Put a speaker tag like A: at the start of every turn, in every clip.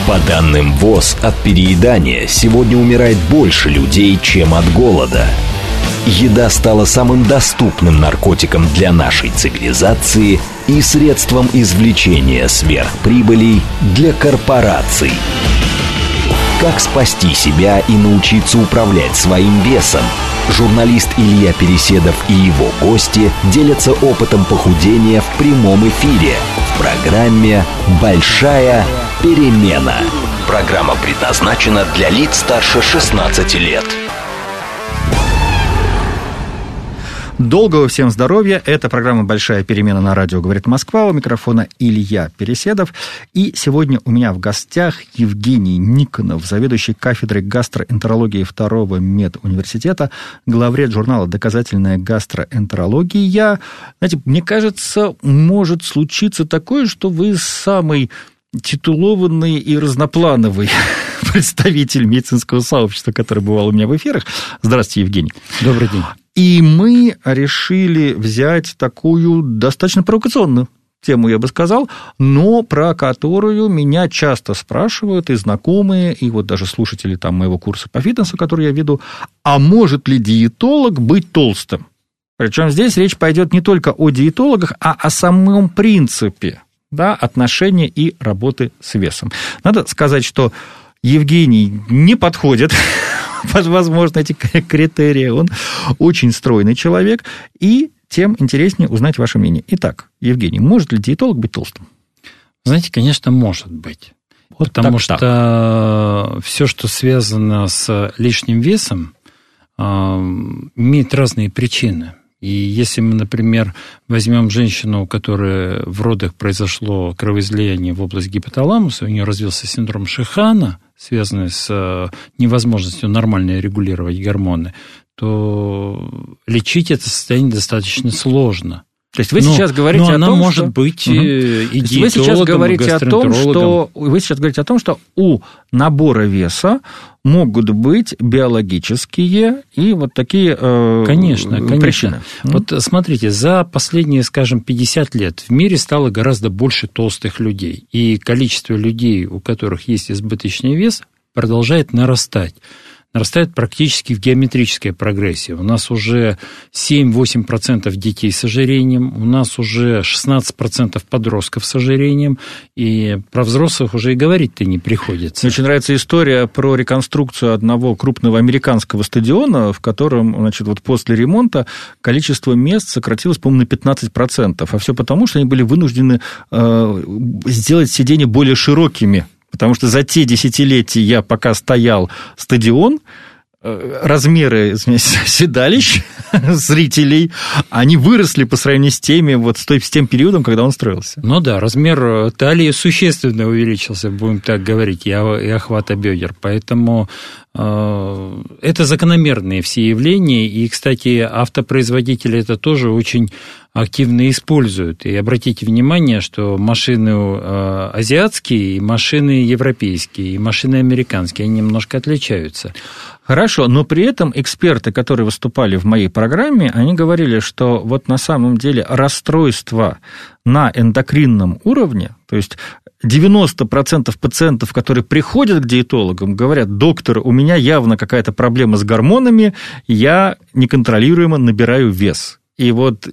A: По данным ВОЗ, от переедания сегодня умирает больше людей, чем от голода. Еда стала самым доступным наркотиком для нашей цивилизации и средством извлечения сверхприбылей для корпораций. Как спасти себя и научиться управлять своим весом? Журналист Илья Переседов и его гости делятся опытом похудения в прямом эфире в программе «Большая перемена». Программа предназначена для лиц старше 16 лет.
B: Долгого всем здоровья. Это программа «Большая перемена» на радио «Говорит Москва». У микрофона Илья Переседов. И сегодня у меня в гостях Евгений Никонов, заведующий кафедрой гастроэнтерологии 2-го медуниверситета, главред журнала «Доказательная гастроэнтерология». Знаете, мне кажется, может случиться такое, что вы самый титулованный и разноплановый представитель медицинского сообщества, который бывал у меня в эфирах. Здравствуйте, Евгений.
C: Добрый день.
B: И мы решили взять такую достаточно провокационную тему, я бы сказал, но про которую меня часто спрашивают и знакомые, и вот даже слушатели там моего курса по фитнесу, который я веду, а может ли диетолог быть толстым? Причем здесь речь пойдет не только о диетологах, а о самом принципе, да, отношения и работы с весом. Надо сказать, что Евгений не подходит под, возможно, эти критерии. Он очень стройный человек, и тем интереснее узнать ваше мнение. Итак, Евгений, может ли диетолог быть толстым?
C: Знаете, конечно, может быть. Вот потому что все, что связано с лишним весом, имеет разные причины. И если мы, например, возьмем женщину, у которой в родах произошло кровоизлияние в область гипоталамуса, у нее развился синдром Шихана, связанный с невозможностью нормально регулировать гормоны, то лечить это состояние достаточно сложно.
B: То есть вы сейчас говорите о том,
C: может быть и диетологом,
B: вы сейчас говорите о том, что у набора веса могут быть биологические и вот такие
C: конечно.
B: причины.
C: Вот смотрите, за последние, скажем, 50 лет в мире стало гораздо больше толстых людей, и количество людей, у которых есть избыточный вес, продолжает нарастать. Нарастает практически в геометрической прогрессии. У нас уже 7-8% детей с ожирением, у нас уже 16% подростков с ожирением, и про взрослых уже и говорить-то не приходится.
B: Мне очень нравится история про реконструкцию одного крупного американского стадиона, в котором, значит, вот после ремонта количество мест сократилось, по-моему, на 15%, а все потому, что они были вынуждены сделать сиденья более широкими. Потому что за те десятилетия, пока стоял стадион, размеры седалищ зрителей, они выросли по сравнению с тем периодом, когда он строился.
C: Ну да, размер талии существенно увеличился, будем так говорить, и охвата бедер. Поэтому это закономерные все явления. И, кстати, автопроизводители это тоже очень активно используют. И обратите внимание, что машины азиатские, и машины европейские, и машины американские, они немножко отличаются.
B: Хорошо, но при этом эксперты, которые выступали в моей программе, они говорили, что вот на самом деле расстройства на эндокринном уровне, то есть 90% пациентов, которые приходят к диетологам, говорят: доктор, у меня явно какая-то проблема с гормонами, я неконтролируемо набираю вес. И вот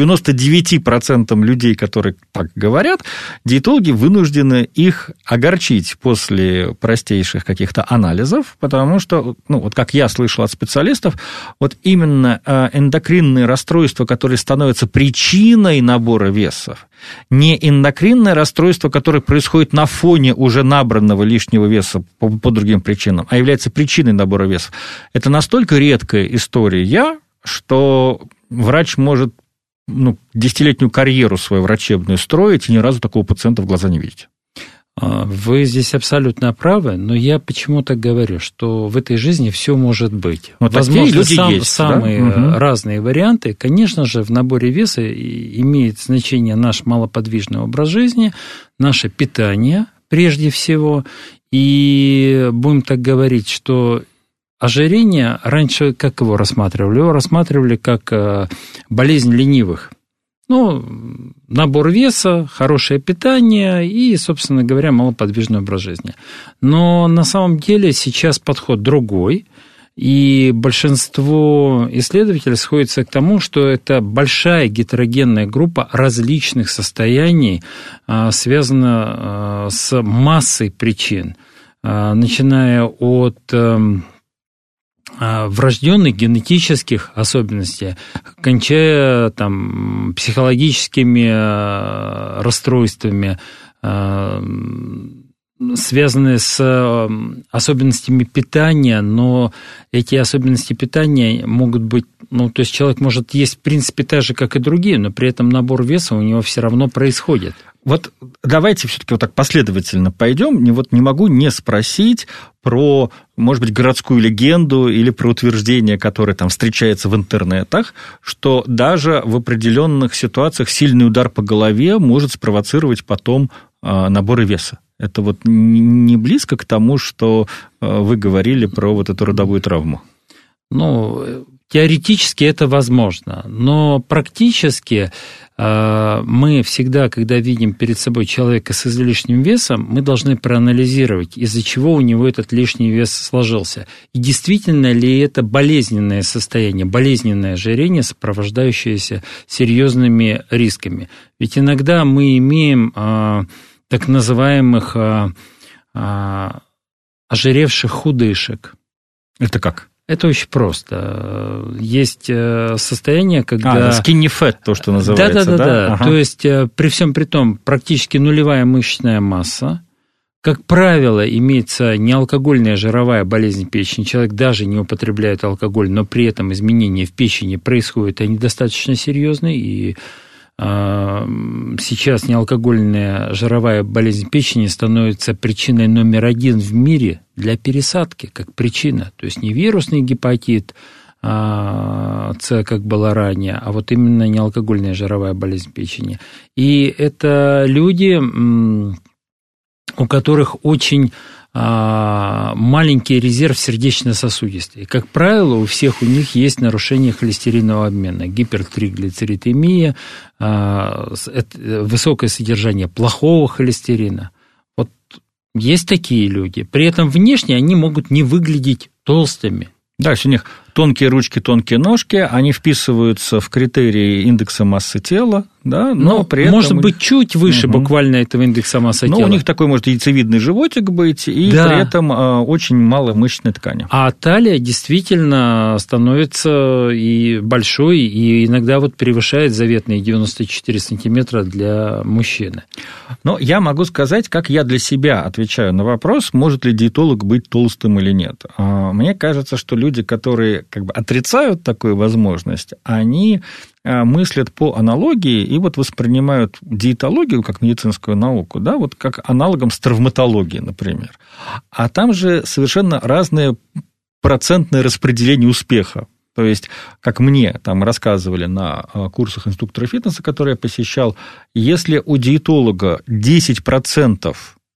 B: 99% людей, которые так говорят, диетологи вынуждены их огорчить после простейших каких-то анализов, потому что, вот как я слышал от специалистов, вот именно эндокринные расстройства, которые становятся причиной набора весов, не эндокринное расстройство, которое происходит на фоне уже набранного лишнего веса по другим причинам, а является причиной набора весов. Это настолько редкая история, что врач может десятилетнюю карьеру свою врачебную строить и ни разу такого пациента в глаза не видеть.
C: Вы здесь абсолютно правы, но я почему-то говорю, что в этой жизни все может быть.
B: Вот
C: возможно,
B: люди
C: самые разные варианты. Конечно же, в наборе веса имеет значение наш малоподвижный образ жизни, наше питание прежде всего. И будем так говорить, что ожирение раньше как его рассматривали? Его рассматривали как болезнь ленивых. Набор веса, хорошее питание и, собственно говоря, малоподвижный образ жизни. Но на самом деле сейчас подход другой, и большинство исследователей сходится к тому, что это большая гетерогенная группа различных состояний, связана с массой причин, начиная от врожденных генетических особенностей, кончая психологическими расстройствами, связанные с особенностями питания, но эти особенности питания могут быть, то есть человек может есть в принципе так же, как и другие, но при этом набор веса у него все равно происходит.
B: Вот давайте все-таки вот так последовательно пойдем. Не могу не спросить про, может быть, городскую легенду или про утверждение, которое там встречается в интернетах, что даже в определенных ситуациях сильный удар по голове может спровоцировать потом наборы веса. Это вот не близко к тому, что вы говорили про вот эту родовую травму?
C: Теоретически это возможно, но практически мы всегда, когда видим перед собой человека с излишним весом, мы должны проанализировать, из-за чего у него этот лишний вес сложился. И действительно ли это болезненное состояние, болезненное ожирение, сопровождающееся серьезными рисками. Ведь иногда мы имеем так называемых ожиревших худышек.
B: Это как?
C: Это очень просто. Есть состояние, когда...
B: skinny fat, то, что называется.
C: Да. Ага. То есть, при всем при том, практически нулевая мышечная масса. Как правило, имеется неалкогольная жировая болезнь печени. Человек даже не употребляет алкоголь, но при этом изменения в печени происходят, они достаточно серьезные, и сейчас неалкогольная жировая болезнь печени становится причиной номер 1 в мире для пересадки, как причина. То есть не вирусный гепатит С, как было ранее, а вот именно неалкогольная жировая болезнь печени. И это люди, у которых очень маленький резерв сердечно-сосудистый. Как правило, у всех у них есть нарушение холестеринового обмена, гипертриглицеридемия, высокое содержание плохого холестерина. Вот есть такие люди. При этом внешне они могут не выглядеть толстыми.
B: Да, у них тонкие ручки, тонкие ножки, они вписываются в критерии индекса массы тела, да, но при этом...
C: Может быть, чуть выше буквально этого индекса массы тела.
B: У них такой может яйцевидный животик быть, и при этом очень мало мышечной ткани.
C: А талия действительно становится и большой, и иногда вот превышает заветные 94 сантиметра для мужчины.
B: Но я могу сказать, как я для себя отвечаю на вопрос, может ли диетолог быть толстым или нет. Мне кажется, что люди, которые как бы отрицают такую возможность, они мыслят по аналогии и вот воспринимают диетологию как медицинскую науку, да, вот как аналогом с травматологией, например. А там же совершенно разное процентное распределение успеха. То есть, как мне там рассказывали на курсах инструктора фитнеса, которые я посещал, если у диетолога 10%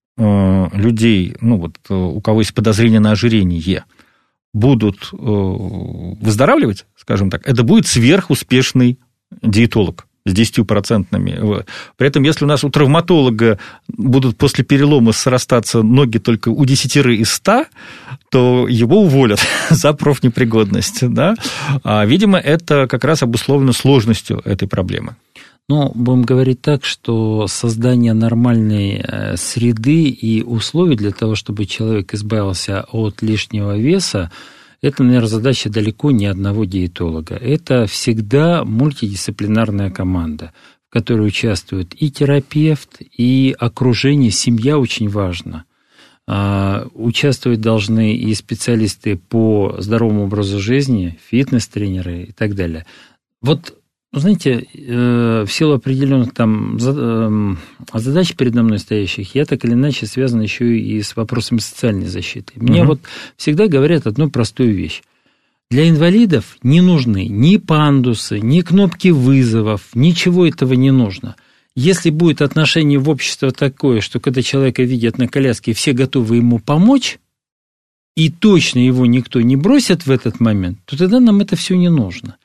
B: людей, у кого есть подозрение на ожирение, будут выздоравливать, скажем так, это будет сверхуспешный диетолог с 10%. При этом, если у нас у травматолога будут после перелома срастаться ноги только у 10 из 100, то его уволят за профнепригодность. Да? Видимо, это как раз обусловлено сложностью этой проблемы.
C: Будем говорить так, что создание нормальной среды и условий для того, чтобы человек избавился от лишнего веса, это, наверное, задача далеко не одного диетолога. Это всегда мультидисциплинарная команда, в которой участвует и терапевт, и окружение, семья очень важна. Участвовать должны и специалисты по здоровому образу жизни, фитнес-тренеры и так далее. Знаете, в силу определенных задач передо мной стоящих, я так или иначе связан еще и с вопросами социальной защиты. Мне всегда говорят одну простую вещь. Для инвалидов не нужны ни пандусы, ни кнопки вызовов, ничего этого не нужно. Если будет отношение в обществе такое, что когда человека видят на коляске, все готовы ему помочь, и точно его никто не бросит в этот момент, то тогда нам это все не нужно.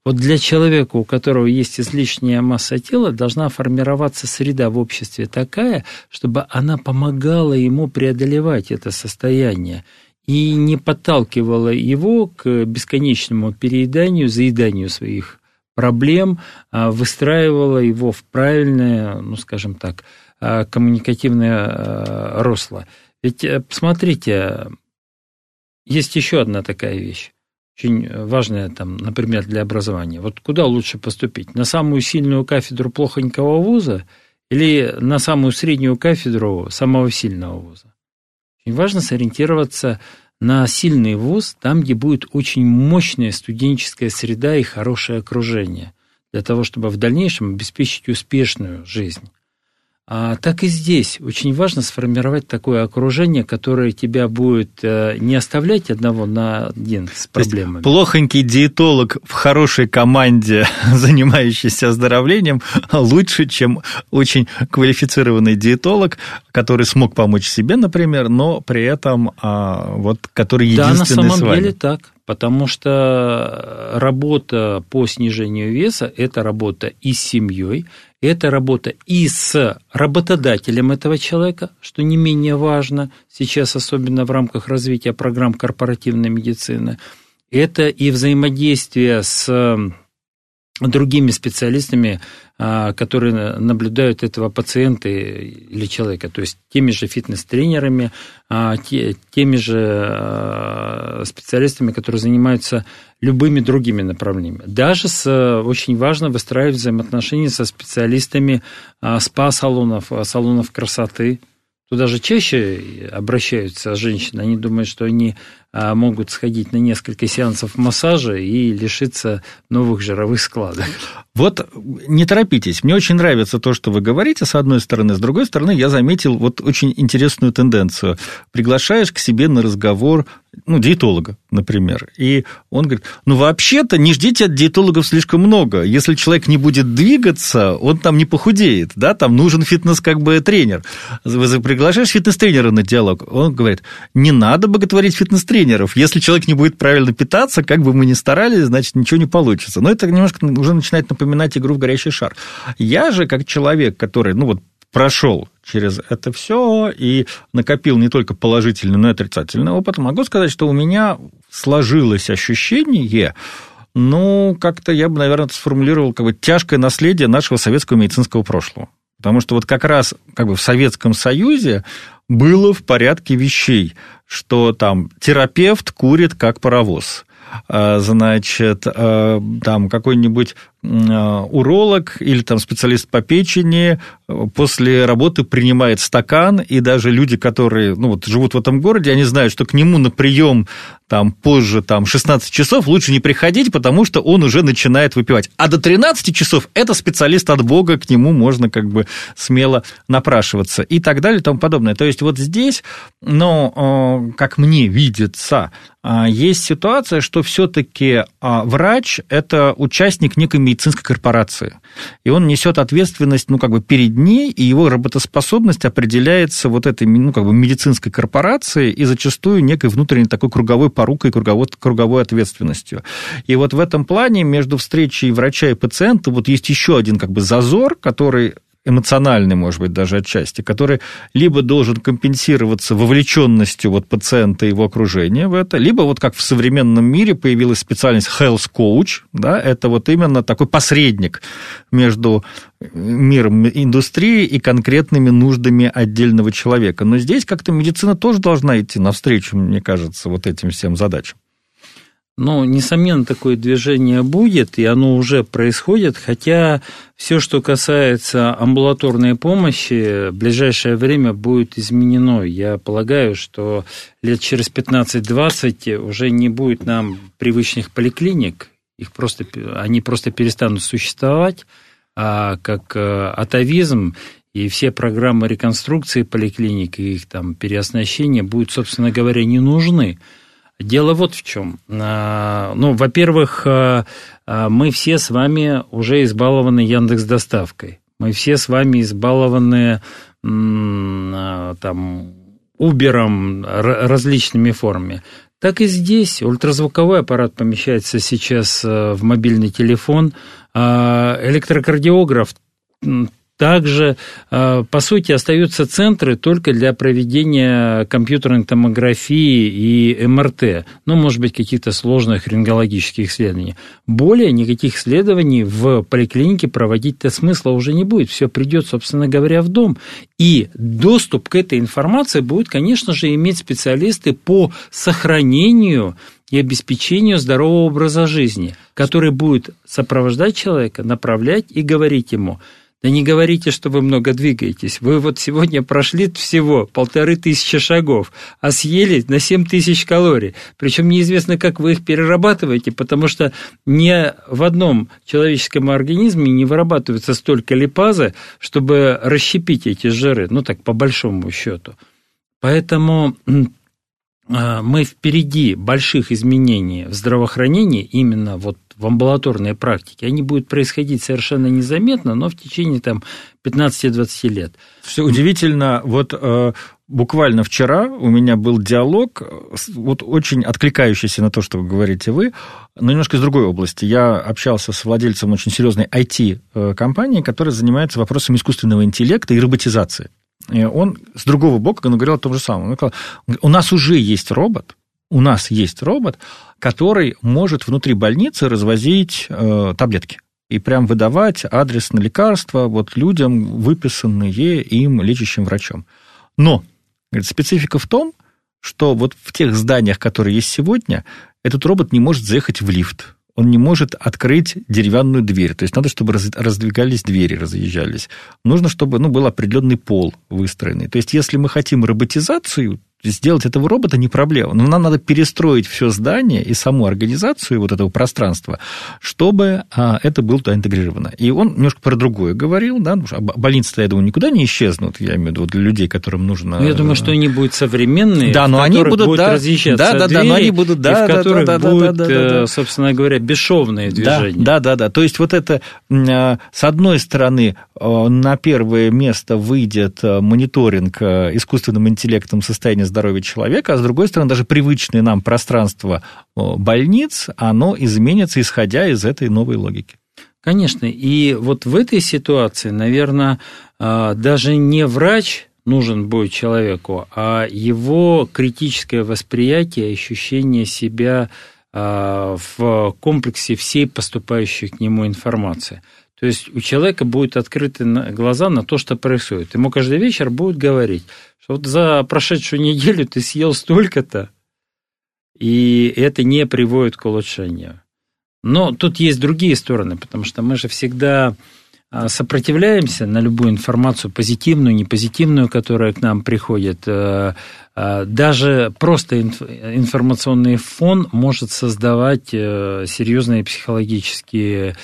C: Вот для человека, у которого есть излишняя масса тела, должна формироваться среда в обществе такая, чтобы она помогала ему преодолевать это состояние и не подталкивала его к бесконечному перееданию, заеданию своих проблем, выстраивала его в правильное, ну, скажем так, коммуникативное русло. Ведь, посмотрите, есть еще одна такая вещь, очень важная, там, например, для образования. Вот куда лучше поступить? На самую сильную кафедру плохонького вуза или на самую среднюю кафедру самого сильного вуза? Очень важно сориентироваться на сильный вуз, там, где будет очень мощная студенческая среда и хорошее окружение, для того, чтобы в дальнейшем обеспечить успешную жизнь. А так и здесь очень важно сформировать такое окружение, которое тебя будет не оставлять одного на один с проблемами.
B: Плохонький диетолог в хорошей команде, занимающийся оздоровлением, лучше, чем очень квалифицированный диетолог, который смог помочь себе, например, но при этом вот, который единственный с вами.
C: Да, на самом деле так. Потому что работа по снижению веса – это работа и с семьей, это работа и с работодателем этого человека, что не менее важно сейчас, особенно в рамках развития программ корпоративной медицины. Это и взаимодействие с другими специалистами, которые наблюдают этого пациента или человека, то есть теми же фитнес-тренерами, теми же специалистами, которые занимаются любыми другими направлениями. Даже очень важно выстраивать взаимоотношения со специалистами спа-салонов, салонов красоты. Туда же чаще обращаются женщины, они думают, что они могут сходить на несколько сеансов массажа и лишиться новых жировых складок.
B: Вот не торопитесь, мне очень нравится то, что вы говорите, с одной стороны, с другой стороны, я заметил вот очень интересную тенденцию. Приглашаешь к себе на разговор, диетолога, например, и он говорит, вообще-то не ждите от диетологов слишком много, если человек не будет двигаться, он там не похудеет, да, там нужен фитнес-тренер. Вы приглашаешь фитнес-тренера на диалог, он говорит, не надо боготворить фитнес-тренеров, если человек не будет правильно питаться, как бы мы ни старались, значит, ничего не получится. Но это немножко уже начинает напоминать игру в горящий шар. Я же, как человек, который, прошел через это все и накопил не только положительный, но и отрицательный опыт, могу сказать, что у меня сложилось ощущение, как-то я бы, наверное, сформулировал тяжкое наследие нашего советского медицинского прошлого. Потому что вот как раз в Советском Союзе было в порядке вещей, что там терапевт курит как паровоз, значит, там какой-нибудь уролог или там специалист по печени после работы принимает стакан, и даже люди, которые живут в этом городе, они знают, что к нему на прием позже 16 часов лучше не приходить, потому что он уже начинает выпивать. А до 13 часов это специалист от Бога, к нему можно смело напрашиваться и так далее и тому подобное. То есть вот здесь, как мне видится, есть ситуация, что все-таки врач – это участник некой медицинской корпорации, и он несет ответственность, перед ней, и его работоспособность определяется вот этой, медицинской корпорацией и зачастую некой внутренней такой круговой порукой, круговой ответственностью. И вот в этом плане между встречей врача и пациента есть еще один зазор, который эмоциональный, может быть, даже отчасти, который либо должен компенсироваться вовлеченностью пациента и его окружения в это, либо как в современном мире появилась специальность health coach, да, это именно такой посредник между миром индустрии и конкретными нуждами отдельного человека. Но здесь как-то медицина тоже должна идти навстречу, мне кажется, этим всем задачам.
C: Несомненно, такое движение будет, и оно уже происходит, хотя все, что касается амбулаторной помощи, в ближайшее время будет изменено. Я полагаю, что лет через 15-20 уже не будет нам привычных поликлиник, они просто перестанут существовать, а как атовизм и все программы реконструкции поликлиник и их переоснащения будут, собственно говоря, не нужны. Дело вот в чем. Во-первых, мы все с вами уже избалованы Яндекс.Доставкой. Мы все с вами избалованы Uber'ом, различными формами. Так и здесь. Ультразвуковой аппарат помещается сейчас в мобильный телефон, электрокардиограф также, по сути, остаются центры только для проведения компьютерной томографии и МРТ, ну, может быть, каких-то сложных рентгенологических исследований. Более никаких исследований в поликлинике проводить-то смысла уже не будет. Все придет, собственно говоря, в дом. И доступ к этой информации будут, конечно же, иметь специалисты по сохранению и обеспечению здорового образа жизни, который будет сопровождать человека, направлять и говорить ему: да не говорите, что вы много двигаетесь. Вы вот сегодня прошли всего 1500 шагов, а съели на 7000 калорий. Причем неизвестно, как вы их перерабатываете, потому что ни в одном человеческом организме не вырабатывается столько липазы, чтобы расщепить эти жиры, ну так, по большому счету. Поэтому мы впереди больших изменений в здравоохранении, именно вот в амбулаторной практике. Они будут происходить совершенно незаметно, но в течение 15-20 лет.
B: Все удивительно. Вот буквально вчера у меня был диалог, вот очень откликающийся на то, что вы говорите вы, но немножко из другой области. Я общался с владельцем очень серьезной IT-компании, которая занимается вопросами искусственного интеллекта и роботизации. И он с другого бока говорил о том же самом. Он сказал: у нас уже есть робот, который может внутри больницы развозить таблетки и прям выдавать адрес на лекарства вот людям, выписанные им лечащим врачом. Но, говорит, специфика в том, что вот в тех зданиях, которые есть сегодня, этот робот не может заехать в лифт. Он не может открыть деревянную дверь. То есть надо, чтобы раздвигались двери, разъезжались. Нужно, чтобы был определенный пол выстроенный. То есть если мы хотим роботизацию, сделать этого робота не проблема. Но нам надо перестроить все здание и саму организацию вот этого пространства, чтобы это было туда интегрировано. И он немножко про другое говорил, да, потому что больницы, я думаю, никуда не исчезнут, я имею в виду для людей, которым нужно...
C: Ну, я думаю, что они будут современные,
B: да, но
C: в
B: они
C: которых
B: будут
C: разъезжаться двери,
B: но они будут,
C: и в которых будут, собственно говоря, бесшовные движения.
B: Да. То есть вот это, с одной стороны, на первое место выйдет мониторинг искусственным интеллектом состояния здоровья человека, а с другой стороны, даже привычное нам пространство больниц, оно изменится, исходя из этой новой логики.
C: Конечно, и вот в этой ситуации, наверное, даже не врач нужен будет человеку, а его критическое восприятие, ощущение себя в комплексе всей поступающей к нему информации. То есть у человека будут открыты глаза на то, что происходит. Ему каждый вечер будут говорить, что вот за прошедшую неделю ты съел столько-то, и это не приводит к улучшению. Но тут есть другие стороны, потому что мы же всегда сопротивляемся на любую информацию, позитивную, непозитивную, которая к нам приходит. Даже просто информационный фон может создавать серьезные психологические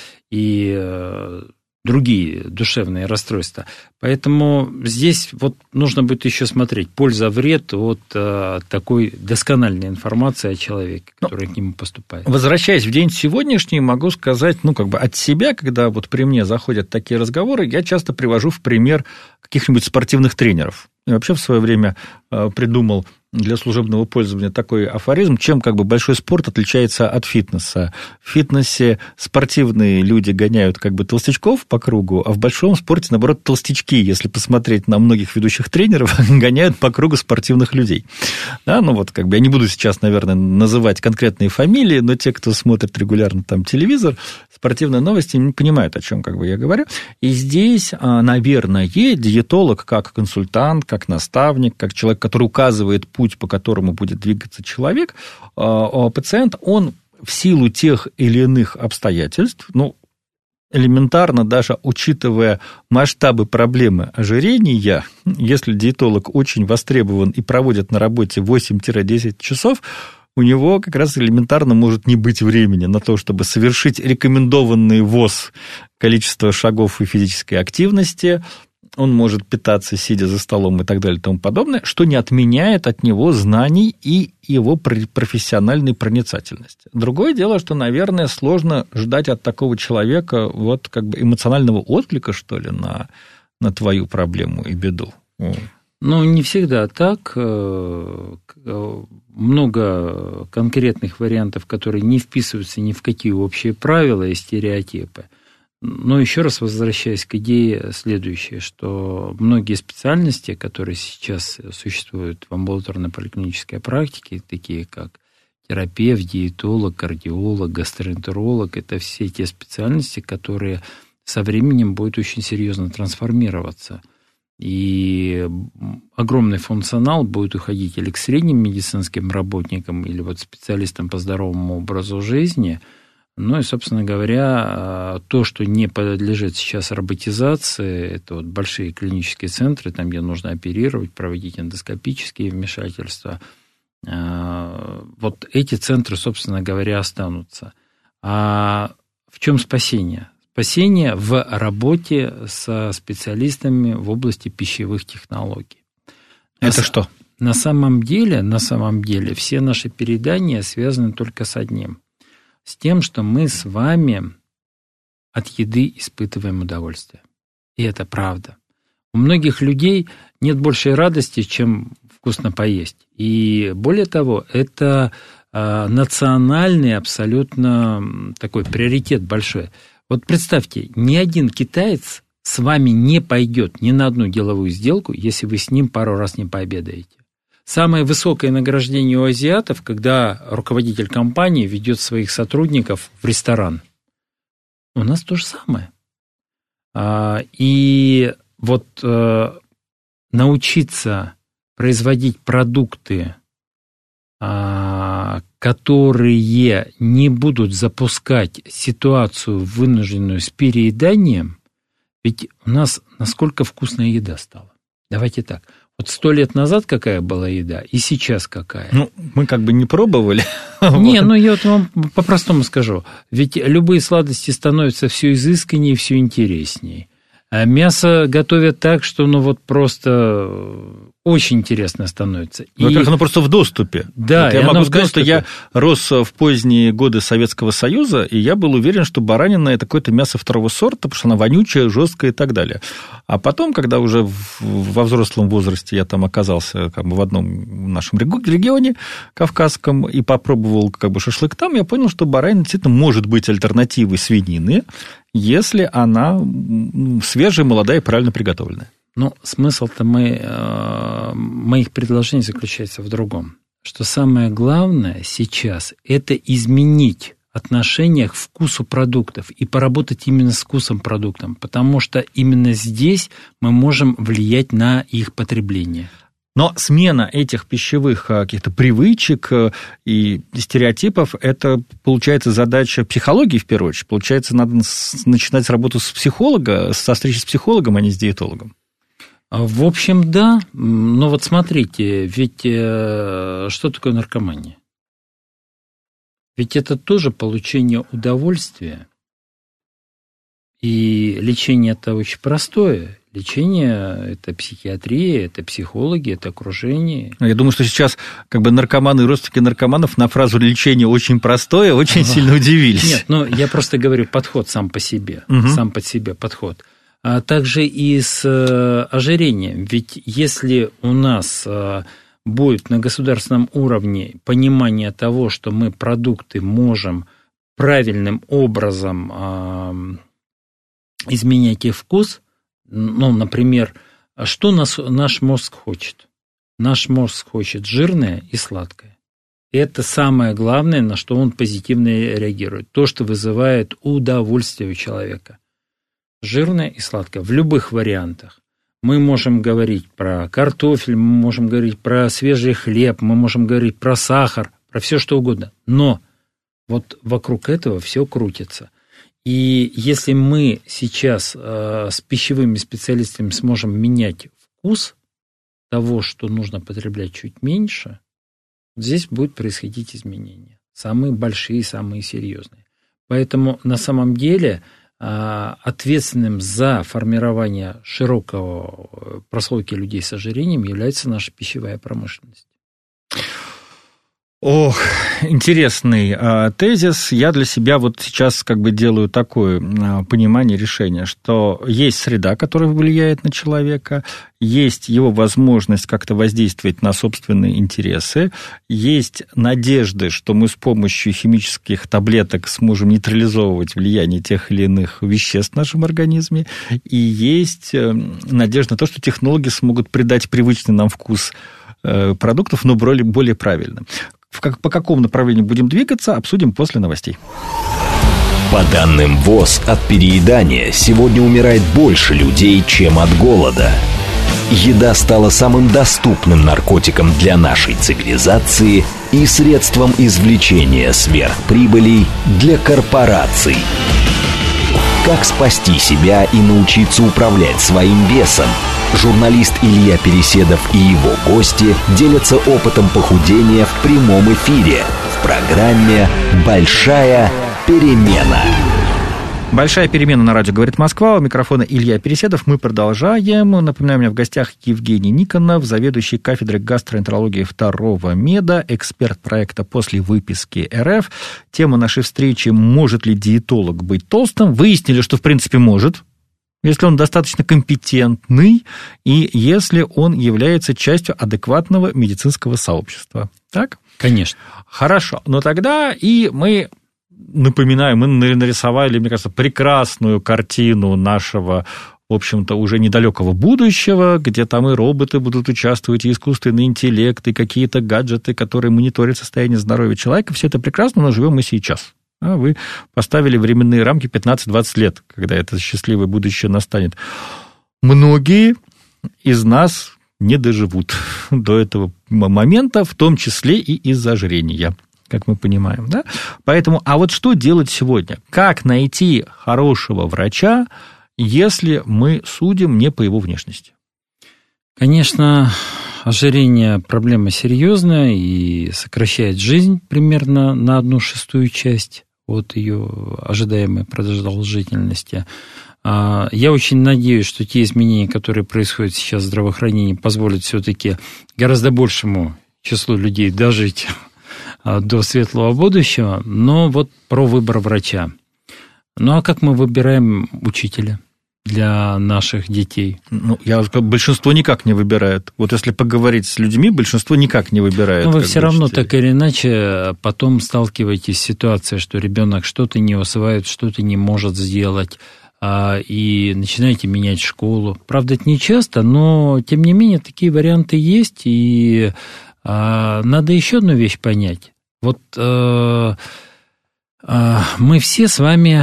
C: и другие душевные расстройства. Поэтому здесь вот нужно будет еще смотреть польза-вред от такой доскональной информации о человеке, которая к нему поступает.
B: Возвращаясь в день сегодняшний, могу сказать, от себя, когда вот при мне заходят такие разговоры, я часто привожу в пример каких-нибудь спортивных тренеров. Я вообще в свое время придумал для служебного пользования такой афоризм, чем большой спорт отличается от фитнеса. В фитнесе спортивные люди гоняют толстячков по кругу, а в большом спорте, наоборот, толстячки, если посмотреть на многих ведущих тренеров, гоняют по кругу спортивных людей. Да, я не буду сейчас, наверное, называть конкретные фамилии, но те, кто смотрит регулярно телевизор, спортивные новости, не понимают, о чем я говорю. И здесь, наверное, диетолог как консультант, как наставник, как человек, который указывает путь, по которому будет двигаться человек, пациент, он в силу тех или иных обстоятельств, элементарно даже учитывая масштабы проблемы ожирения, если диетолог очень востребован и проводит на работе 8-10 часов, у него как раз элементарно может не быть времени на то, чтобы совершить рекомендованный ВОЗ количество шагов и физической активности, он может питаться, сидя за столом и так далее и тому подобное, что не отменяет от него знаний и его профессиональной проницательности. Другое дело, что, наверное, сложно ждать от такого человека эмоционального отклика, что ли, на твою проблему и беду.
C: Не всегда так. много конкретных вариантов, которые не вписываются ни в какие общие правила и стереотипы. Но еще раз возвращаясь к идее следующее, что многие специальности, которые сейчас существуют в амбулаторно-поликлинической практике, такие как терапевт, диетолог, кардиолог, гастроэнтеролог, это все те специальности, которые со временем будут очень серьезно трансформироваться. И огромный функционал будет уходить или к средним медицинским работникам, или вот специалистам по здоровому образу жизни. Ну и, собственно говоря, то, что не подлежит сейчас роботизации, это вот большие клинические центры, там, где нужно оперировать, проводить эндоскопические вмешательства. Вот эти центры, собственно говоря, останутся. А в чем спасение? Спасение в работе со специалистами в области пищевых технологий.
B: Это что?
C: На самом деле, все наши передания связаны только с одним. С тем, что мы с вами от еды испытываем удовольствие. И это правда. У многих людей нет большей радости, чем вкусно поесть. И более того, это национальный абсолютно такой приоритет большой. Вот представьте, ни один китаец с вами не пойдет ни на одну деловую сделку, если вы с ним пару раз не пообедаете. Самое высокое награждение у азиатов, когда руководитель компании ведет своих сотрудников в ресторан. У нас то же самое. И вот научиться производить продукты, которые не будут запускать ситуацию, вынужденную с перееданием, ведь у нас насколько вкусная еда стала. Давайте так. Вот 100 лет назад какая была еда, и сейчас какая?
B: Ну, мы как бы не пробовали.
C: Не, ну я вот вам по-простому скажу. Ведь любые сладости становятся все изысканнее, все интереснее. А мясо готовят так, что ну вот просто очень интересно становится.
B: Во-первых, оно просто в доступе.
C: Да,
B: вот я могу сказать, что я рос в поздние годы Советского Союза, и я был уверен, что баранина – это какое-то мясо второго сорта, потому что она вонючая, жесткая и так далее. А потом, когда уже во взрослом возрасте я там оказался как бы в одном нашем регионе кавказском и попробовал как бы шашлык там, я понял, что баранина действительно может быть альтернативой свинины, если она свежая, молодая и правильно приготовленная.
C: Ну, смысл-то моих предложений заключается в другом. Что самое главное сейчас – это изменить отношение к вкусу продуктов и поработать именно с вкусом продуктов, потому что именно здесь мы можем влиять на их потребление.
B: Но смена этих пищевых каких-то привычек и стереотипов – это, получается, задача психологии, в первую очередь. Получается, надо начинать работу с психолога, со встречи с психологом, а не с диетологом.
C: В общем, да. Но вот смотрите, ведь что такое наркомания? Ведь это тоже получение удовольствия. И лечение это очень простое. Лечение – это психиатрия, это психологи, это окружение.
B: Я думаю, что сейчас как бы наркоманы и родственники наркоманов на фразу «лечение очень простое» очень сильно удивились.
C: Нет, ну я просто говорю, подход сам по себе, сам по себе подход. А также и с ожирением. Ведь если у нас будет на государственном уровне понимание того, что мы продукты можем правильным образом изменять их вкус, ну, например, что наш мозг хочет? Наш мозг хочет жирное и сладкое. Это самое главное, на что он позитивно реагирует. То, что вызывает удовольствие у человека. Жирное и сладкое в любых вариантах. Мы можем говорить про картофель, мы можем говорить про свежий хлеб, мы можем говорить про сахар, про все что угодно. Но вот вокруг этого все крутится. И если мы сейчас с пищевыми специалистами сможем менять вкус того, что нужно потреблять чуть меньше, здесь будут происходить изменения. Самые большие, самые серьезные. Поэтому на самом деле ответственным за формирование широкого прослойки людей с ожирением является наша пищевая промышленность.
B: Ох, интересный тезис. Я для себя вот сейчас как бы делаю такое понимание, решение, что есть среда, которая влияет на человека, есть его возможность как-то воздействовать на собственные интересы, есть надежды, что мы с помощью химических таблеток сможем нейтрализовывать влияние тех или иных веществ в нашем организме, и есть надежда на то, что технологии смогут придать привычный нам вкус продуктов, но более правильно. По какому направлению будем двигаться, обсудим после новостей.
A: По данным ВОЗ, от переедания сегодня умирает больше людей, чем от голода. Еда стала самым доступным наркотиком для нашей цивилизации и средством извлечения сверхприбылей для корпораций. Как спасти себя и научиться управлять своим весом? Журналист Илья Переседов и его гости делятся опытом похудения в прямом эфире в программе «Большая перемена».
B: Большая перемена на радио «Говорит Москва». У микрофона Илья Переседов. Мы продолжаем. Напоминаю, у меня в гостях Евгений Никонов, заведующий кафедрой гастроэнтерологии 2-го меда, эксперт проекта «После выписки РФ». Тема нашей встречи «Может ли диетолог быть толстым?» Выяснили, что в принципе может, если он достаточно компетентный и если он является частью адекватного медицинского сообщества. Так?
C: Конечно.
B: Хорошо. Но тогда и мы... Напоминаю, мы нарисовали, мне кажется, прекрасную картину нашего, в общем-то, уже недалекого будущего, где там и роботы будут участвовать, и искусственный интеллект, и какие-то гаджеты, которые мониторят состояние здоровья человека. Все это прекрасно, но живем мы сейчас. А вы поставили временные рамки 15-20 лет, когда это счастливое будущее настанет. Многие из нас не доживут до этого момента, в том числе и из-за ожирения, как мы понимаем, да? Поэтому, а вот что делать сегодня? Как найти хорошего врача, если мы судим не по его внешности?
C: Конечно, ожирение проблема серьезная и сокращает жизнь примерно на 1/6 часть от ее ожидаемой продолжительности. Я очень надеюсь, что те изменения, которые происходят сейчас в здравоохранении, позволят все-таки гораздо большему числу людей дожить до светлого будущего, но вот про выбор врача. Ну, а как мы выбираем учителя для наших детей?
B: Ну, большинство никак не выбирает. Вот если поговорить с людьми, большинство никак не выбирает.
C: Но вы все равно так или иначе потом сталкиваетесь с ситуацией, что ребенок что-то не усваивает, что-то не может сделать, и начинаете менять школу. Правда, это не часто, но, тем не менее, такие варианты есть, и надо еще одну вещь понять. Вот мы все с вами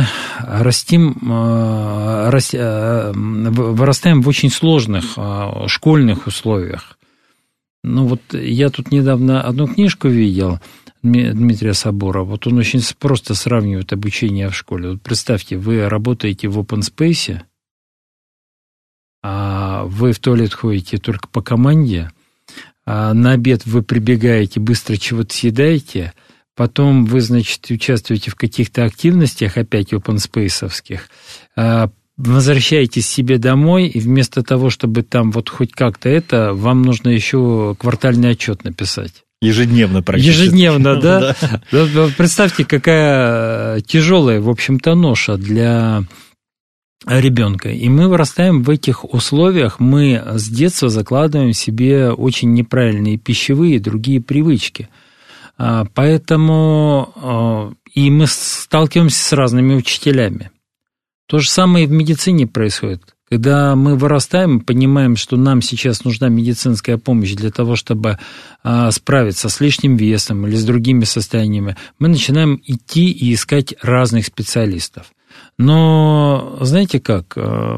C: вырастаем в очень сложных школьных условиях. Ну вот я тут недавно одну книжку видел Дмитрия Собора. Вот он очень просто сравнивает обучение в школе. Вот представьте, вы работаете в open space, а вы в туалет ходите только по команде, на обед вы прибегаете, быстро чего-то съедаете, потом вы, значит, участвуете в каких-то активностях, опять опенспейсовских, возвращаетесь себе домой, и вместо того, чтобы там вот хоть как-то вам нужно еще квартальный отчет написать.
B: Ежедневно практически.
C: Ежедневно, да? Представьте, какая тяжелая, в общем-то, ноша для ребенка. И мы вырастаем в этих условиях, мы с детства закладываем себе очень неправильные пищевые и другие привычки. Поэтому и мы сталкиваемся с разными учителями. То же самое и в медицине происходит. Когда мы вырастаем, понимаем, что нам сейчас нужна медицинская помощь для того, чтобы справиться с лишним весом или с другими состояниями, мы начинаем идти и искать разных специалистов. Но знаете как?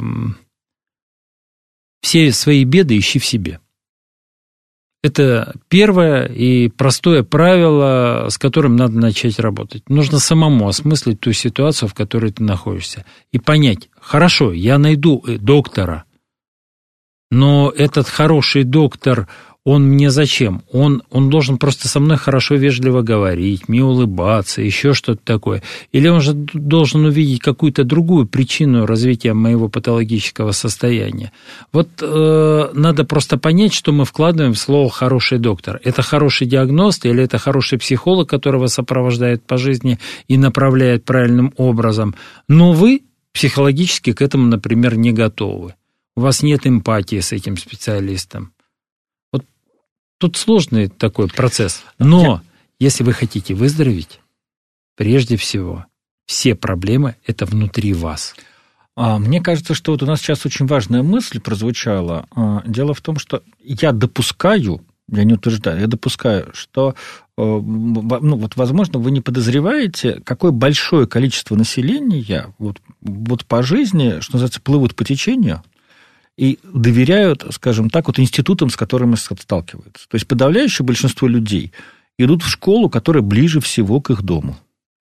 C: Все свои беды ищи в себе. Это первое и простое правило, с которым надо начать работать. Нужно самому осмыслить ту ситуацию, в которой ты находишься, и понять, хорошо, я найду доктора, но этот хороший доктор, он мне зачем? Он должен просто со мной хорошо, вежливо говорить, мне улыбаться, еще что-то такое. Или он же должен увидеть какую-то другую причину развития моего патологического состояния. Вот надо просто понять, что мы вкладываем в слово «хороший доктор». Это хороший диагност или это хороший психолог, которого сопровождает по жизни и направляет правильным образом. Но вы психологически к этому, например, не готовы. У вас нет эмпатии с этим специалистом. Вот тут сложный такой процесс. Но если вы хотите выздороветь, прежде всего, все проблемы – это внутри вас.
B: Мне кажется, что вот у нас сейчас очень важная мысль прозвучала. Дело в том, что я допускаю, я не утверждаю, я допускаю, что, вот, возможно, вы не подозреваете, какое большое количество населения вот по жизни, что называется, плывут по течению и доверяют, скажем так, вот институтам, с которыми сталкиваются. То есть подавляющее большинство людей идут в школу, которая ближе всего к их дому.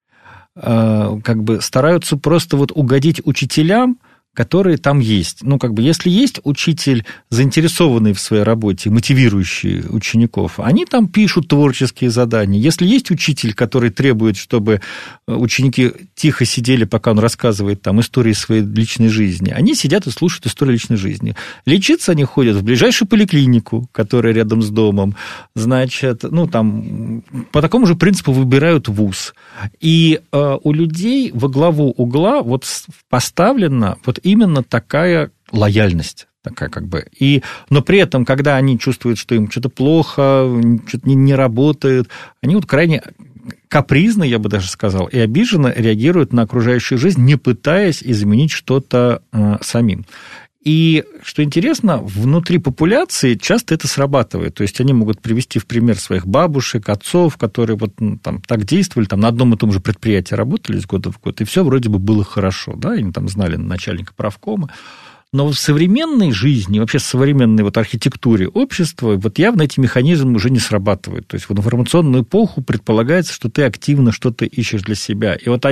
B: Как бы стараются просто вот угодить учителям, которые там есть. Ну, как бы, если есть учитель, заинтересованный в своей работе, мотивирующий учеников, они там пишут творческие задания. Если есть учитель, который требует, чтобы ученики тихо сидели, пока он рассказывает там истории своей личной жизни, они сидят и слушают историю личной жизни. Лечиться они ходят в ближайшую поликлинику, которая рядом с домом. Значит, ну, там, по такому же принципу выбирают вуз. И у людей во главу угла вот поставлена вот именно такая лояльность, такая как бы. Но при этом, когда они чувствуют, что им что-то плохо, что-то не работает, они вот крайне капризно, я бы даже сказал, и обиженно реагируют на окружающую жизнь, не пытаясь изменить что-то самим. И, что интересно, внутри популяции часто это срабатывает. То есть они могут привести в пример своих бабушек, отцов, которые вот там так действовали, там на одном и том же предприятии работали из года в год, и все вроде бы было хорошо, да, они там знали начальника правкома. Но в современной жизни, вообще в современной вот архитектуре общества, вот явно эти механизмы уже не срабатывают. То есть в информационную эпоху предполагается, что ты активно что-то ищешь для себя. И вот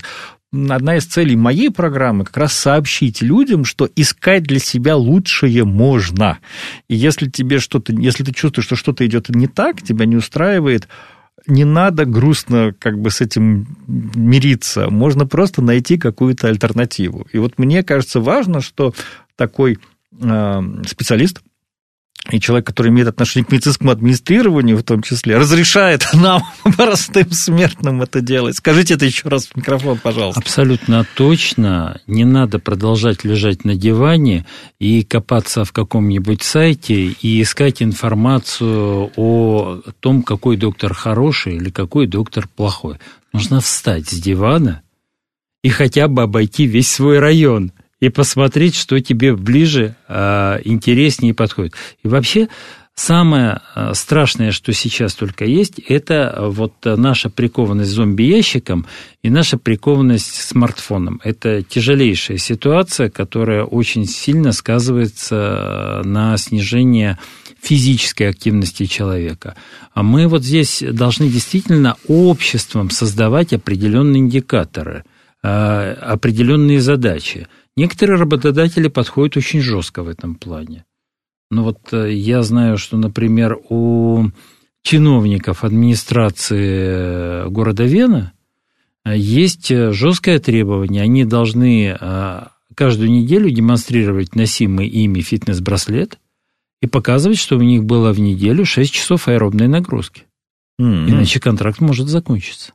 B: одна из целей моей программы как раз сообщить людям, что искать для себя лучшее можно. И если ты чувствуешь, что что-то идет не так, тебя не устраивает, не надо грустно как бы с этим мириться. Можно просто найти какую-то альтернативу. И вот мне кажется важно, что такой специалист и человек, который имеет отношение к медицинскому администрированию, в том числе, разрешает нам, простым смертным, это делать. Скажите это еще раз в микрофон, пожалуйста.
C: Абсолютно точно. Не надо продолжать лежать на диване и копаться в каком-нибудь сайте и искать информацию о том, какой доктор хороший или какой доктор плохой. Нужно встать с дивана и хотя бы обойти весь свой район и посмотреть, что тебе ближе, интереснее подходит. И вообще, самое страшное, что сейчас только есть, это вот наша прикованность зомби-ящиком и наша прикованность смартфоном. Это тяжелейшая ситуация, которая очень сильно сказывается на снижении физической активности человека. А мы вот здесь должны действительно обществом создавать определенные индикаторы, определенные задачи. Некоторые работодатели подходят очень жестко в этом плане. Но вот я знаю, что, например, у чиновников администрации города Вена есть жесткое требование. Они должны каждую неделю демонстрировать носимый ими фитнес-браслет и показывать, что у них было в неделю 6 часов аэробной нагрузки. Иначе контракт может закончиться.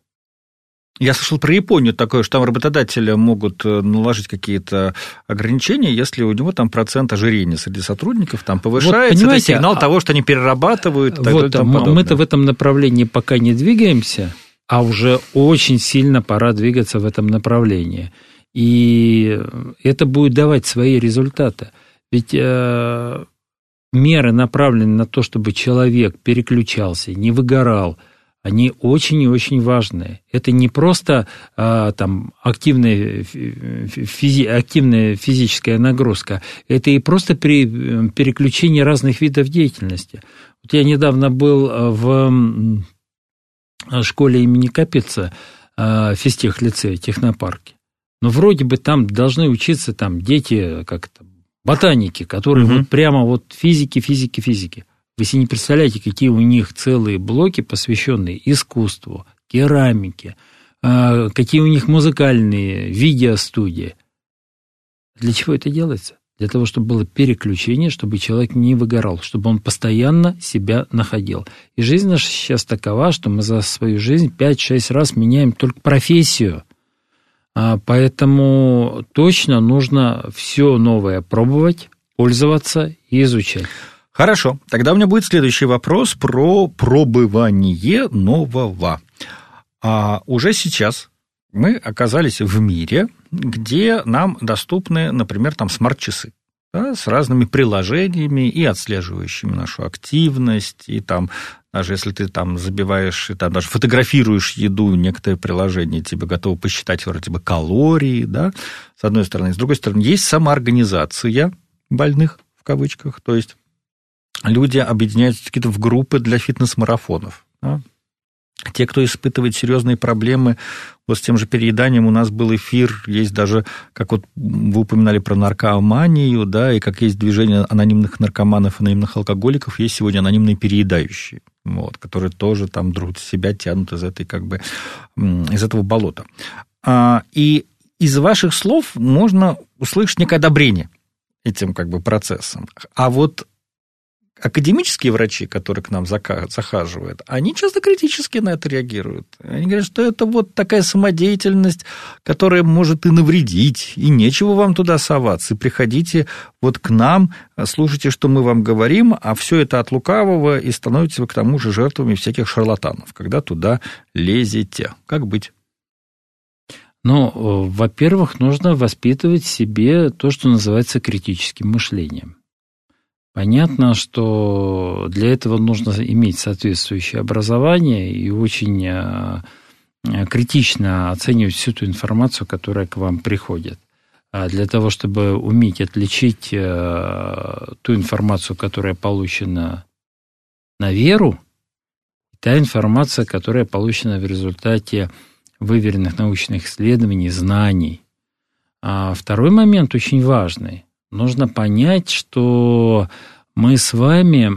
B: Я слышал про Японию такое, что там работодатели могут наложить какие-то ограничения, если у него там процент ожирения среди сотрудников там повышается, вот, это сигнал того, что они перерабатывают.
C: Вот, мы-то в этом направлении пока не двигаемся, а уже очень сильно пора двигаться в этом направлении. И это будет давать свои результаты. Ведь меры направлены на то, чтобы человек переключался, не выгорал, они очень и очень важные. Это не просто там, активная физическая нагрузка, это и просто переключение разных видов деятельности. Вот я недавно был в школе имени Капица, физтех-лицее, технопарке. Но вроде бы там должны учиться там, дети, ботаники, которые вот прямо вот физики. Вы себе не представляете, какие у них целые блоки, посвященные искусству, керамике, какие у них музыкальные видеостудии. Для чего это делается? Для того, чтобы было переключение, чтобы человек не выгорал, чтобы он постоянно себя находил. И жизнь наша сейчас такова, что мы за свою жизнь 5-6 раз меняем только профессию. Поэтому точно нужно все новое пробовать, пользоваться и изучать.
B: Хорошо, тогда у меня будет следующий вопрос про пробывание нового. Уже сейчас мы оказались в мире, где нам доступны, например, там смарт-часы, да, с разными приложениями и отслеживающими нашу активность, и там, даже если ты там забиваешь, и там даже фотографируешь еду, некоторые приложения тебе готовы посчитать вроде бы калории, да, с одной стороны. С другой стороны, есть самоорганизация больных, в кавычках, то есть люди объединяются какие-то в группы для фитнес-марафонов, да. Те, кто испытывает серьезные проблемы вот с тем же перееданием, у нас был эфир, есть даже, как вот вы упоминали про наркоманию, да, и как есть движение анонимных наркоманов, анонимных алкоголиков, есть сегодня анонимные переедающие, вот, которые тоже там друг себя тянут из этой, как бы, из этого болота. И из ваших слов можно услышать некое одобрение этим, как бы, процессом. А вот академические врачи, которые к нам захаживают, они часто критически на это реагируют. Они говорят, что это вот такая самодеятельность, которая может и навредить, и нечего вам туда соваться. И приходите вот к нам, слушайте, что мы вам говорим, а все это от лукавого, и становитесь вы к тому же жертвами всяких шарлатанов, когда туда лезете. Как быть?
C: Ну, во-первых, нужно воспитывать в себе то, что называется критическим мышлением. Понятно, что для этого нужно иметь соответствующее образование и очень критично оценивать всю ту информацию, которая к вам приходит. А для того, чтобы уметь отличить ту информацию, которая получена на веру, и та информация, которая получена в результате выверенных научных исследований, знаний. А второй момент очень важный. Нужно понять, что мы с вами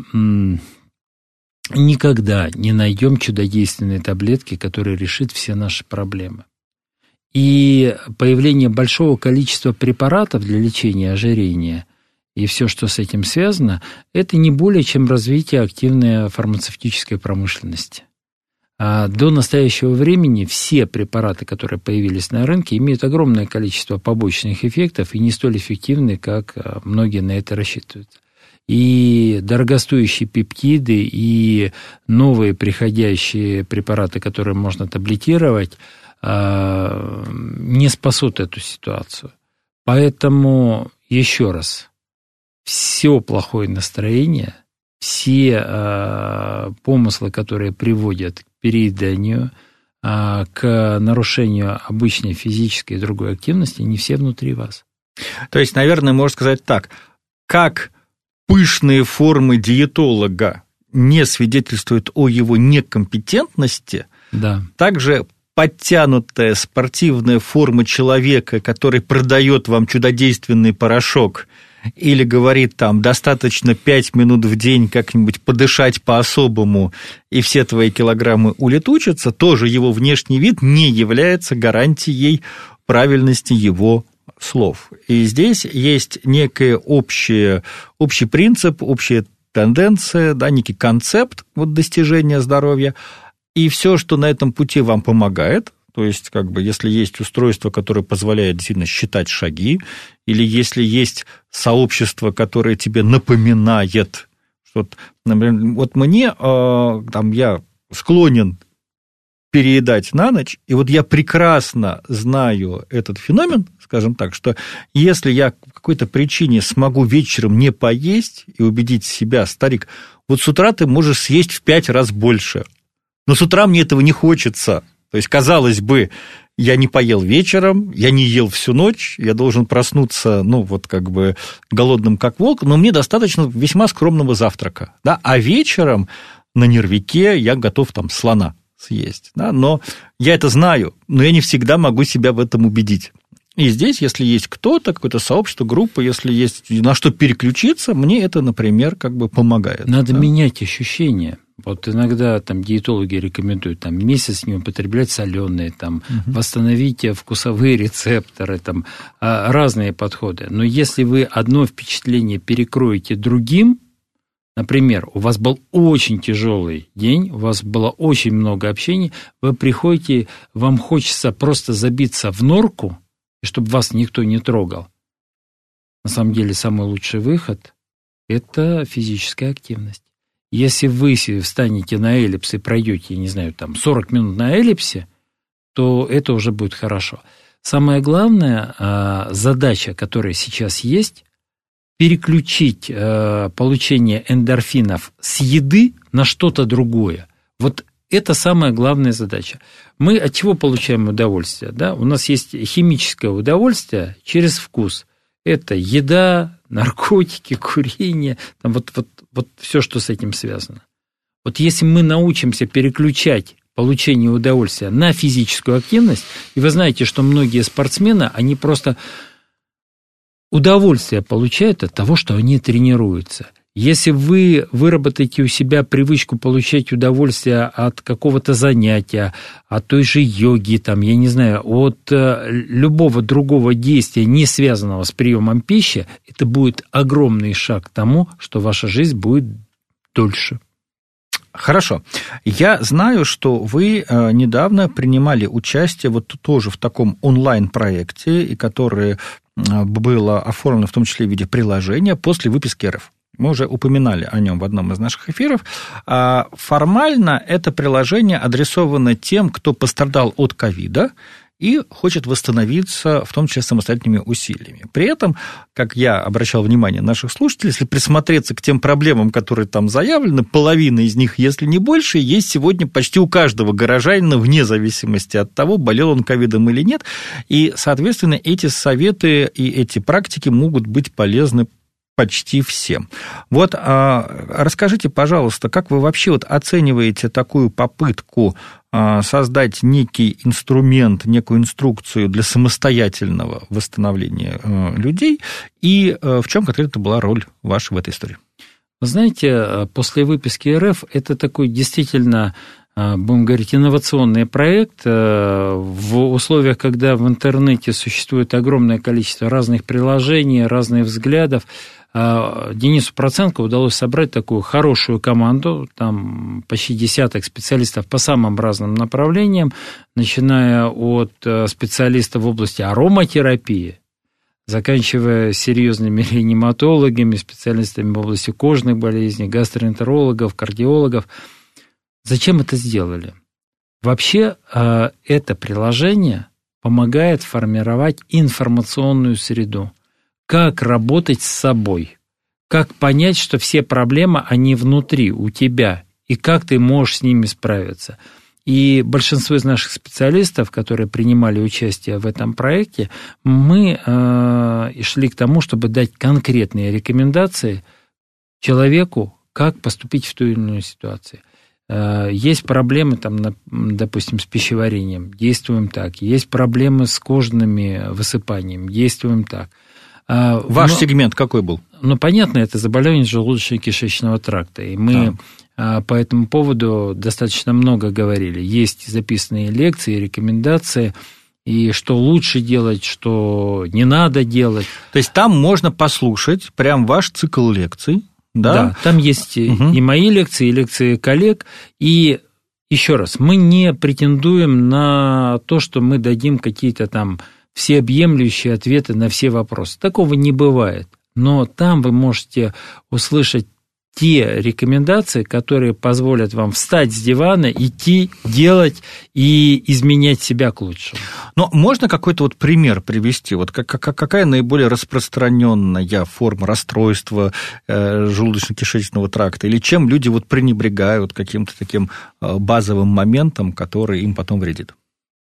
C: никогда не найдем чудодейственной таблетки, которая решит все наши проблемы. И появление большого количества препаратов для лечения ожирения и все, что с этим связано, это не более чем развитие активной фармацевтической промышленности. До настоящего времени все препараты, которые появились на рынке, имеют огромное количество побочных эффектов и не столь эффективны, как многие на это рассчитывают. И дорогостоящие пептиды, и новые приходящие препараты, которые можно таблетировать, не спасут эту ситуацию. Поэтому, еще раз, все плохое настроение, все помыслы, которые приводят к перееданию, к нарушению обычной физической и другой активности, не все внутри вас.
B: То есть, наверное, можно сказать так, как пышные формы диетолога не свидетельствуют о его некомпетентности,
C: да.
B: Также подтянутая спортивная форма человека, который продает вам чудодейственный порошок, или говорит там, достаточно 5 минут в день как-нибудь подышать по-особому, и все твои килограммы улетучатся, тоже его внешний вид не является гарантией правильности его слов. И здесь есть некий общий принцип, общая тенденция, да, некий концепт вот, достижения здоровья, и все, что на этом пути вам помогает, то есть, как бы, если есть устройство, которое позволяет действительно считать шаги, или если есть сообщество, которое тебе напоминает, что, например, вот мне, там, я склонен переедать на ночь, и вот я прекрасно знаю этот феномен, скажем так, что если я по какой-то причине смогу вечером не поесть и убедить себя, старик, вот с утра ты можешь съесть в 5 раз больше, но с утра мне этого не хочется. То есть, казалось бы, я не поел вечером, я не ел всю ночь, я должен проснуться, ну, вот как бы голодным как волк, но мне достаточно весьма скромного завтрака, да, а вечером на нервике я готов там слона съесть, да, но я это знаю, но я не всегда могу себя в этом убедить. И здесь, если есть кто-то, какое-то сообщество, группа, если есть на что переключиться, мне это, например, как бы помогает.
C: Надо менять ощущения. Вот иногда там диетологи рекомендуют там, месяц не употреблять соленые, там, восстановить вкусовые рецепторы, там, разные подходы. Но если вы одно впечатление перекроете другим, например, у вас был очень тяжелый день, у вас было очень много общения, вы приходите, вам хочется просто забиться в норку, и чтобы вас никто не трогал. На самом деле самый лучший выход – это физическая активность. Если вы встанете на эллипс и пройдете, я не знаю, там 40 минут на эллипсе, то это уже будет хорошо. Самая главная задача, которая сейчас есть, переключить получение эндорфинов с еды на что-то другое. Вот это самая главная задача. Мы от чего получаем удовольствие? Да? У нас есть химическое удовольствие через вкус. Это еда, наркотики, курение, там вот все, что с этим связано. Вот если мы научимся переключать получение удовольствия на физическую активность, и вы знаете, что многие спортсмены, они просто удовольствие получают от того, что они тренируются. Если вы выработаете у себя привычку получать удовольствие от какого-то занятия, от той же йоги, там, я не знаю, от любого другого действия, не связанного с приемом пищи, это будет огромный шаг к тому, что ваша жизнь будет дольше.
B: Хорошо. Я знаю, что вы недавно принимали участие вот тоже в таком онлайн-проекте, и которое было оформлено в том числе в виде приложения после выписки РФ. Мы уже упоминали о нем в одном из наших эфиров. Формально это приложение адресовано тем, кто пострадал от ковида и хочет восстановиться, в том числе самостоятельными усилиями. При этом, как я обращал внимание наших слушателей, если присмотреться к тем проблемам, которые там заявлены, половина из них, если не больше, есть сегодня почти у каждого горожанина, вне зависимости от того, болел он ковидом или нет. И, соответственно, эти советы и эти практики могут быть полезны почти всем. Вот расскажите, пожалуйста, как вы вообще вот оцениваете такую попытку создать некий инструмент, некую инструкцию для самостоятельного восстановления людей, и в чем конкретно была роль ваша в этой истории?
C: Вы знаете, после выписки РФ это такой действительно, будем говорить, инновационный проект в условиях, когда в интернете существует огромное количество разных приложений, разных взглядов. Денису Проценко удалось собрать такую хорошую команду, там почти десяток специалистов по самым разным направлениям, начиная от специалистов в области ароматерапии, заканчивая серьезными реаниматологами, специалистами в области кожных болезней, гастроэнтерологов, кардиологов. Зачем это сделали? Вообще, это приложение помогает формировать информационную среду. Как работать с собой, как понять, что все проблемы, они внутри, у тебя, и как ты можешь с ними справиться. И большинство из наших специалистов, которые принимали участие в этом проекте, мы шли к тому, чтобы дать конкретные рекомендации человеку, как поступить в той или иной ситуации. Есть проблемы, там, допустим, с пищеварением, действуем так. Есть проблемы с кожными высыпаниями, действуем так.
B: Ваш сегмент какой был?
C: Ну, понятно, это заболевание желудочно-кишечного тракта, и мы по этому поводу достаточно много говорили. Есть записанные лекции, рекомендации, и что лучше делать, что не надо делать.
B: То есть там можно послушать прям ваш цикл лекций, да?
C: Да, там есть и мои лекции, и лекции коллег, и еще раз, мы не претендуем на то, что мы дадим какие-то там всеобъемлющие ответы на все вопросы. Такого не бывает. Но там вы можете услышать те рекомендации, которые позволят вам встать с дивана, идти, делать и изменять себя к лучшему.
B: Но можно какой-то вот пример привести? Вот какая наиболее распространенная форма расстройства желудочно-кишечного тракта? Или чем люди вот пренебрегают каким-то таким базовым моментом, который им потом вредит?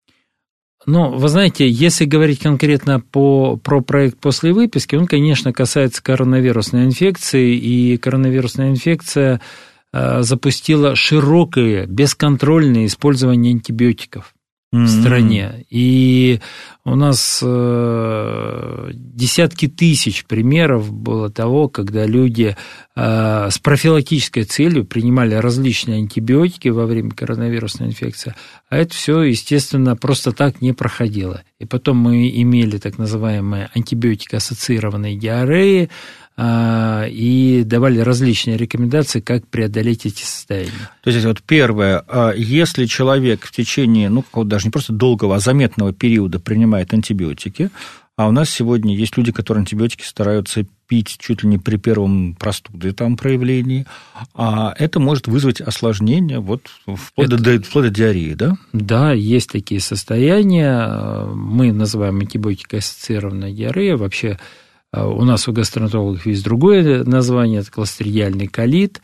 C: Ну, вы знаете, если говорить конкретно про проект после выписки, он, конечно, касается коронавирусной инфекции, и коронавирусная инфекция запустила широкое, бесконтрольное использование антибиотиков. в стране. И у нас десятки тысяч примеров было того, когда люди с профилактической целью принимали различные антибиотики во время коронавирусной инфекции, а это все, естественно, просто так не проходило. И потом мы имели так называемые антибиотикоассоциированные диареи, и давали различные рекомендации, как преодолеть эти состояния.
B: То есть, вот первое, если человек в течение, даже не просто долгого, а заметного периода принимает антибиотики, а у нас сегодня есть люди, которые антибиотики стараются пить чуть ли не при первом простуде проявлении, а это может вызвать осложнения вплоть до диареи, да?
C: Да, есть такие состояния, мы называем антибиотикоассоциированная диарея, вообще у нас у гастроэнтерологов есть другое название, это кластридиальный колит.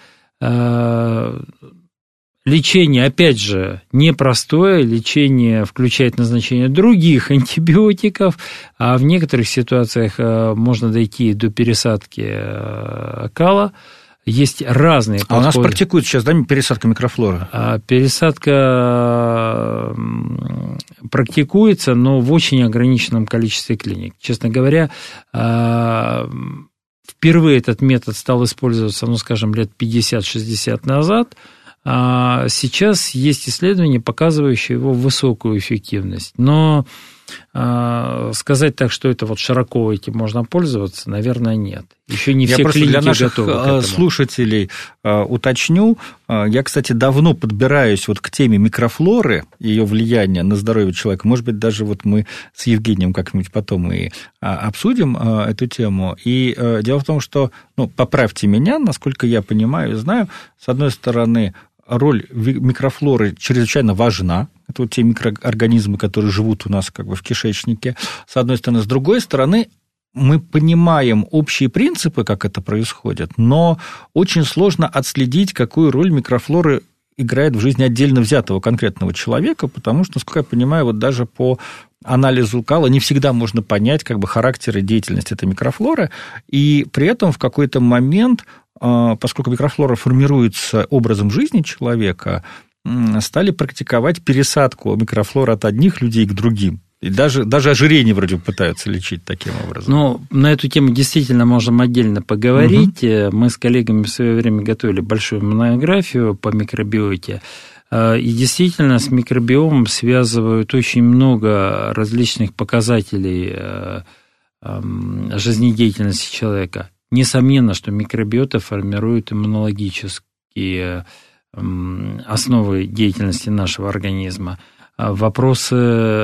C: Лечение, опять же, непростое, лечение включает назначение других антибиотиков, а в некоторых ситуациях можно дойти до пересадки кала. Есть разные подходы.
B: А у нас практикуют сейчас, пересадка микрофлоры?
C: Пересадка практикуется, но в очень ограниченном количестве клиник. Честно говоря, впервые этот метод стал использоваться, лет 50-60 назад, а сейчас есть исследования, показывающие его высокую эффективность. Но сказать так, что это широко этим можно пользоваться, наверное, нет. Еще не все клиники готовы к этому.
B: Я для наших слушателей уточню. Я, кстати, давно подбираюсь к теме микрофлоры, ее влияния на здоровье человека. Может быть, даже мы с Евгением как-нибудь потом и обсудим эту тему. И дело в том, что, поправьте меня, насколько я понимаю и знаю, с одной стороны, роль микрофлоры чрезвычайно важна. Это те микроорганизмы, которые живут у нас в кишечнике, с одной стороны. С другой стороны, мы понимаем общие принципы, как это происходит, но очень сложно отследить, какую роль микрофлоры играет в жизни отдельно взятого конкретного человека, потому что, насколько я понимаю, даже по анализу кала не всегда можно понять характер и деятельность этой микрофлоры, и при этом в какой-то момент, поскольку микрофлора формируется образом жизни человека, стали практиковать пересадку микрофлоры от одних людей к другим. И даже ожирение вроде пытаются лечить таким образом.
C: На эту тему действительно можем отдельно поговорить. Мы с коллегами в свое время готовили большую монографию по микробиоте. И действительно с микробиомом связывают очень много различных показателей жизнедеятельности человека. Несомненно, что микробиота формирует иммунологические основы деятельности нашего организма. Вопросы,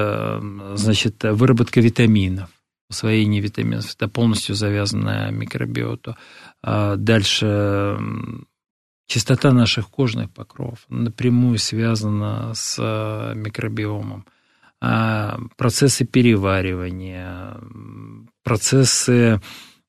C: выработка витаминов, усвоение витаминов, это полностью завязано на микробиоту. Дальше чистота наших кожных покровов напрямую связана с микробиомом. Процессы переваривания, процессы,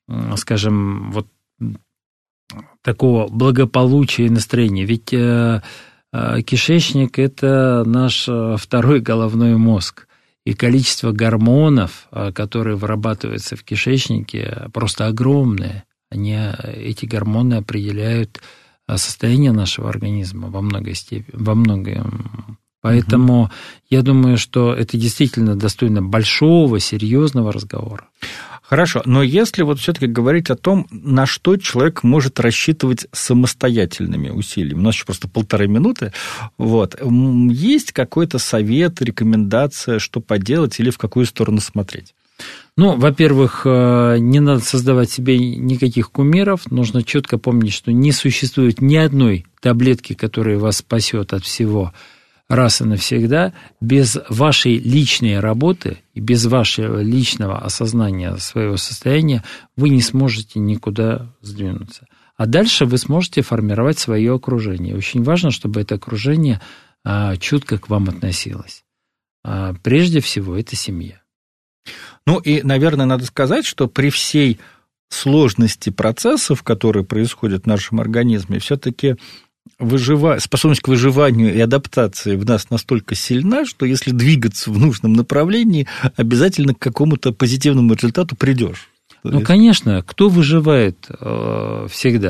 C: такого благополучия и настроения. Ведь кишечник – это наш второй головной мозг. И количество гормонов, которые вырабатываются в кишечнике, просто огромное. Эти гормоны определяют состояние нашего организма во многом. Поэтому я думаю, что это действительно достойно большого, серьезного разговора.
B: Хорошо, но если все-таки говорить о том, на что человек может рассчитывать самостоятельными усилиями, у нас еще просто 1,5 минуты, есть какой-то совет, рекомендация, что поделать или в какую сторону смотреть?
C: Во-первых, не надо создавать себе никаких кумиров, нужно четко помнить, что не существует ни одной таблетки, которая вас спасет от всего раз и навсегда. Без вашей личной работы и без вашего личного осознания своего состояния вы не сможете никуда сдвинуться. А дальше вы сможете формировать свое окружение. Очень важно, чтобы это окружение чутко к вам относилось. Прежде всего, это семья.
B: И, наверное, надо сказать, что при всей сложности процессов, которые происходят в нашем организме, все-таки способность к выживанию и адаптации в нас настолько сильна, что если двигаться в нужном направлении, обязательно к какому-то позитивному результату придешь.
C: Конечно, кто выживает всегда?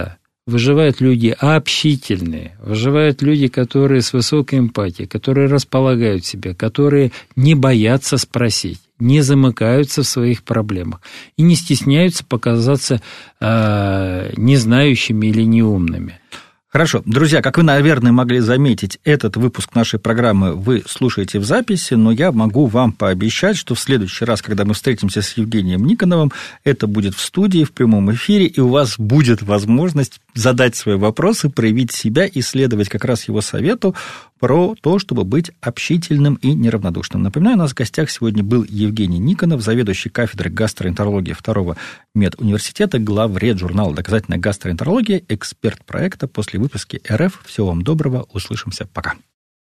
C: Выживают люди общительные, выживают люди, которые с высокой эмпатией, которые располагают себя, которые не боятся спросить, не замыкаются в своих проблемах и не стесняются показаться незнающими или неумными.
B: Хорошо. Друзья, как вы, наверное, могли заметить, этот выпуск нашей программы вы слушаете в записи, но я могу вам пообещать, что в следующий раз, когда мы встретимся с Евгением Никоновым, это будет в студии, в прямом эфире, и у вас будет возможность задать свои вопросы, проявить себя, исследовать как раз его совету про то, чтобы быть общительным и неравнодушным. Напоминаю, у нас в гостях сегодня был Евгений Никонов, заведующий кафедрой гастроэнтерологии 2-го медуниверситета, главред журнала «Доказательная гастроэнтерология», эксперт проекта «После выпуска РФ». Всего вам доброго, услышимся, пока.